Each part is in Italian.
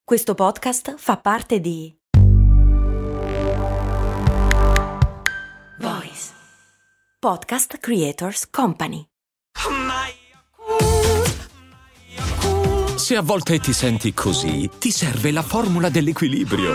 Questo podcast fa parte di Voice Podcast Creators Company. Se a volte ti senti così, ti serve la formula dell'equilibrio.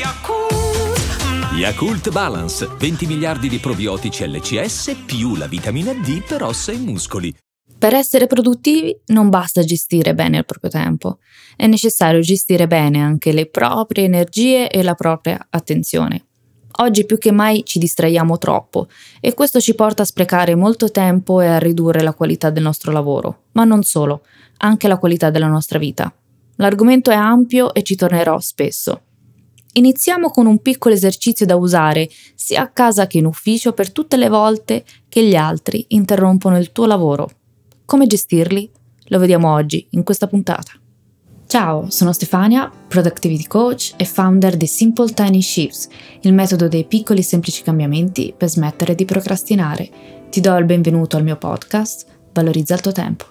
Yakult Balance, 20 miliardi di probiotici LCS più la vitamina D per ossa e muscoli. Per essere produttivi non basta gestire bene il proprio tempo, è necessario gestire bene anche le proprie energie e la propria attenzione. Oggi più che mai ci distraiamo troppo e questo ci porta a sprecare molto tempo e a ridurre la qualità del nostro lavoro, ma non solo, anche la qualità della nostra vita. L'argomento è ampio e ci tornerò spesso. Iniziamo con un piccolo esercizio da usare sia a casa che in ufficio per tutte le volte che gli altri interrompono il tuo lavoro. Come gestirli? Lo vediamo oggi, in questa puntata. Ciao, sono Stefania, Productivity Coach e founder di Simple Tiny Shifts, il metodo dei piccoli e semplici cambiamenti per smettere di procrastinare. Ti do il benvenuto al mio podcast, Valorizza il tuo tempo.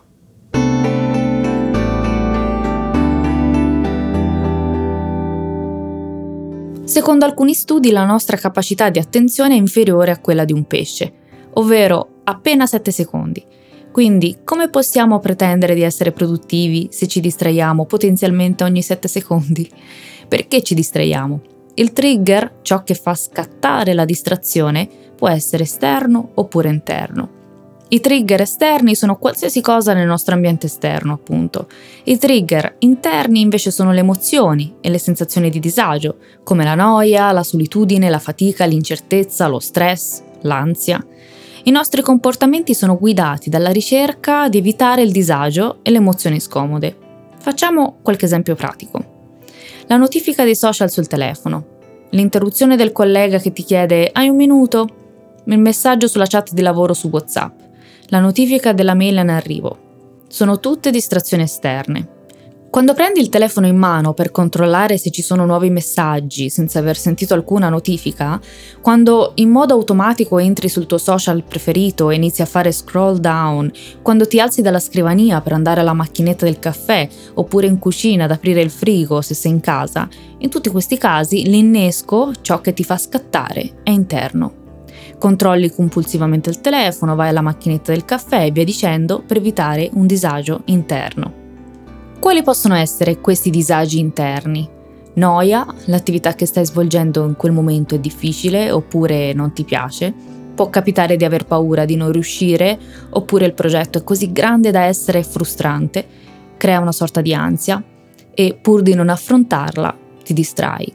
Secondo alcuni studi, la nostra capacità di attenzione è inferiore a quella di un pesce, ovvero appena 7 secondi. Quindi, come possiamo pretendere di essere produttivi se ci distraiamo potenzialmente ogni 7 secondi? Perché ci distraiamo? Il trigger, ciò che fa scattare la distrazione, può essere esterno oppure interno. I trigger esterni sono qualsiasi cosa nel nostro ambiente esterno, appunto. I trigger interni invece sono le emozioni e le sensazioni di disagio, come la noia, la solitudine, la fatica, l'incertezza, lo stress, l'ansia. I nostri comportamenti sono guidati dalla ricerca di evitare il disagio e le emozioni scomode. Facciamo qualche esempio pratico. La notifica dei social sul telefono, l'interruzione del collega che ti chiede «Hai un minuto?», il messaggio sulla chat di lavoro su WhatsApp, la notifica della mail in arrivo. Sono tutte distrazioni esterne. Quando prendi il telefono in mano per controllare se ci sono nuovi messaggi senza aver sentito alcuna notifica, quando in modo automatico entri sul tuo social preferito e inizi a fare scroll down, quando ti alzi dalla scrivania per andare alla macchinetta del caffè oppure in cucina ad aprire il frigo se sei in casa, in tutti questi casi l'innesco, ciò che ti fa scattare, è interno. Controlli compulsivamente il telefono, vai alla macchinetta del caffè e via dicendo per evitare un disagio interno. Quali possono essere questi disagi interni? Noia, l'attività che stai svolgendo in quel momento è difficile oppure non ti piace. Può capitare di aver paura di non riuscire oppure il progetto è così grande da essere frustrante, crea una sorta di ansia e pur di non affrontarla ti distrai.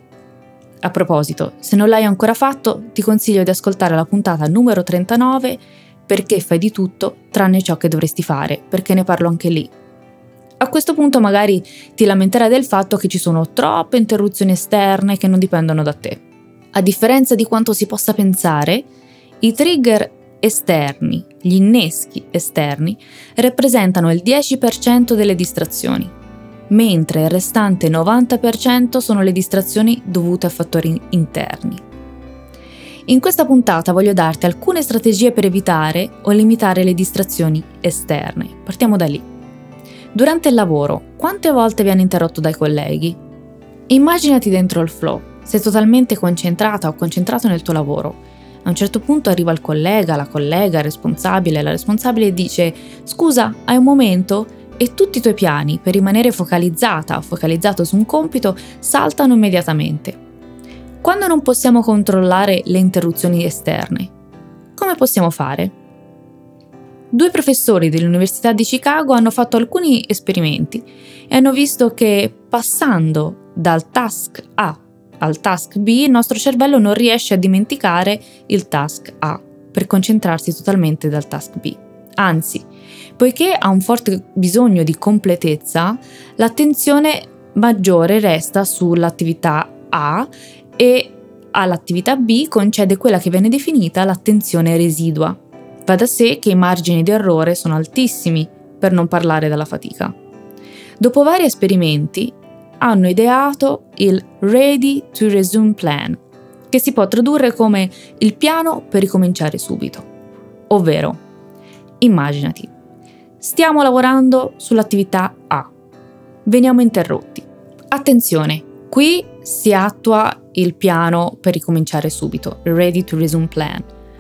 A proposito, se non l'hai ancora fatto, ti consiglio di ascoltare la puntata numero 39 perché fai di tutto tranne ciò che dovresti fare, perché ne parlo anche lì. A questo punto magari ti lamenterai del fatto che ci sono troppe interruzioni esterne che non dipendono da te. A differenza di quanto si possa pensare, i trigger esterni, gli inneschi esterni, rappresentano il 10% delle distrazioni, mentre il restante 90% sono le distrazioni dovute a fattori interni. In questa puntata voglio darti alcune strategie per evitare o limitare le distrazioni esterne. Partiamo da lì. Durante il lavoro, quante volte vieni interrotto dai colleghi? Immaginati dentro il flow, sei totalmente concentrata o concentrato nel tuo lavoro. A un certo punto arriva il collega, la collega, il responsabile, la responsabile e dice «Scusa, hai un momento?» E tutti i tuoi piani per rimanere focalizzata o focalizzato su un compito saltano immediatamente. Quando non possiamo controllare le interruzioni esterne, come possiamo fare? 2 professori dell'Università di Chicago hanno fatto alcuni esperimenti e hanno visto che passando dal task A al task B il nostro cervello non riesce a dimenticare il task A per concentrarsi totalmente dal task B. Anzi, poiché ha un forte bisogno di completezza, l'attenzione maggiore resta sull'attività A e all'attività B concede quella che viene definita l'attenzione residua. Va da sé che i margini di errore sono altissimi, per non parlare della fatica. Dopo vari esperimenti, hanno ideato il Ready to Resume Plan, che si può tradurre come il piano per ricominciare subito. Ovvero, immaginati, stiamo lavorando sull'attività A, veniamo interrotti. Attenzione, qui si attua il piano per ricominciare subito, Ready to Resume Plan,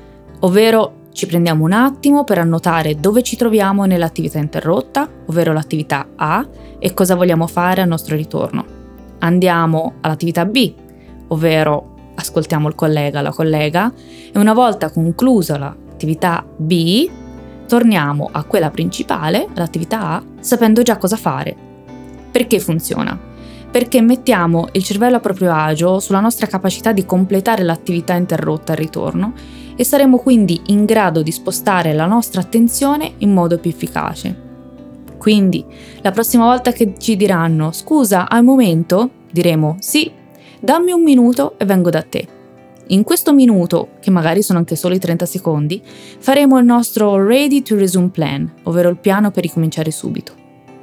ovvero ci prendiamo un attimo per annotare dove ci troviamo nell'attività interrotta, ovvero l'attività A, e cosa vogliamo fare al nostro ritorno. Andiamo all'attività B, ovvero ascoltiamo il collega, la collega, e una volta conclusa l'attività B, torniamo a quella principale, l'attività A, sapendo già cosa fare. Perché funziona? Perché mettiamo il cervello a proprio agio sulla nostra capacità di completare l'attività interrotta al ritorno e saremo quindi in grado di spostare la nostra attenzione in modo più efficace. Quindi, la prossima volta che ci diranno «Scusa, hai un momento?» diremo «Sì, dammi un minuto e vengo da te». In questo minuto, che magari sono anche solo i 30 secondi, faremo il nostro Ready to Resume Plan, ovvero il piano per ricominciare subito.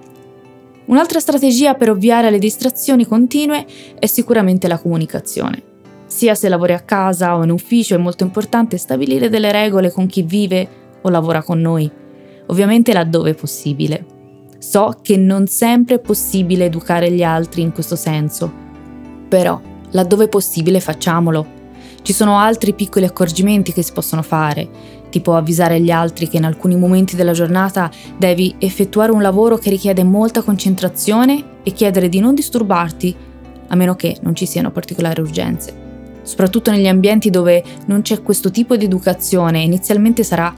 Un'altra strategia per ovviare alle distrazioni continue è sicuramente la comunicazione. Sia se lavori a casa o in ufficio è molto importante stabilire delle regole con chi vive o lavora con noi, ovviamente laddove è possibile. So che non sempre è possibile educare gli altri in questo senso, però laddove è possibile facciamolo. Ci sono altri piccoli accorgimenti che si possono fare, tipo avvisare gli altri che in alcuni momenti della giornata devi effettuare un lavoro che richiede molta concentrazione e chiedere di non disturbarti, a meno che non ci siano particolari urgenze. Soprattutto negli ambienti dove non c'è questo tipo di educazione, inizialmente sarà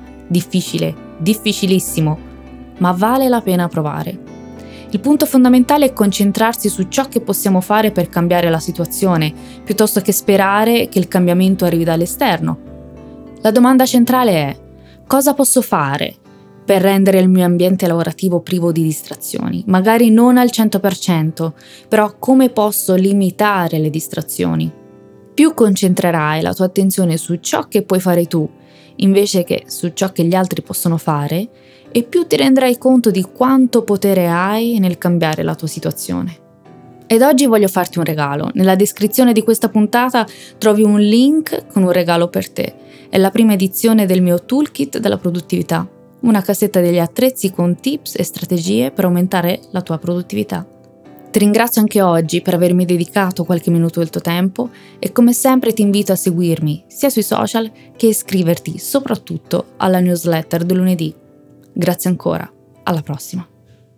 difficilissimo, ma vale la pena provare. Il punto fondamentale è concentrarsi su ciò che possiamo fare per cambiare la situazione, piuttosto che sperare che il cambiamento arrivi dall'esterno. La domanda centrale è: cosa posso fare per rendere il mio ambiente lavorativo privo di distrazioni? Magari non al 100%, però come posso limitare le distrazioni? Più concentrerai la tua attenzione su ciò che puoi fare tu, invece che su ciò che gli altri possono fare, e più ti renderai conto di quanto potere hai nel cambiare la tua situazione. Ed oggi voglio farti un regalo. Nella descrizione di questa puntata trovi un link con un regalo per te. È la prima edizione del mio toolkit della produttività, una cassetta degli attrezzi con tips e strategie per aumentare la tua produttività. Ti ringrazio anche oggi per avermi dedicato qualche minuto del tuo tempo e come sempre ti invito a seguirmi sia sui social che iscriverti soprattutto alla newsletter del lunedì. Grazie ancora, alla prossima.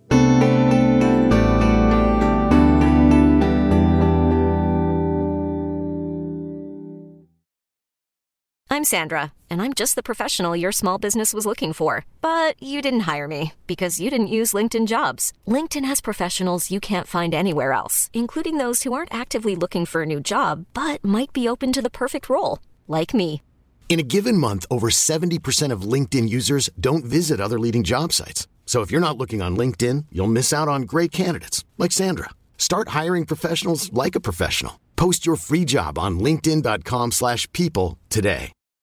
I'm Sandra, and I'm just the professional your small business was looking for. But you didn't hire me because you didn't use LinkedIn Jobs. LinkedIn has professionals you can't find anywhere else, including those who aren't actively looking for a new job, but might be open to the perfect role, like me. In a given month, over 70% of LinkedIn users don't visit other leading job sites. So if you're not looking on LinkedIn, you'll miss out on great candidates like Sandra. Start hiring professionals like a professional. Post your free job on linkedin.com/people today.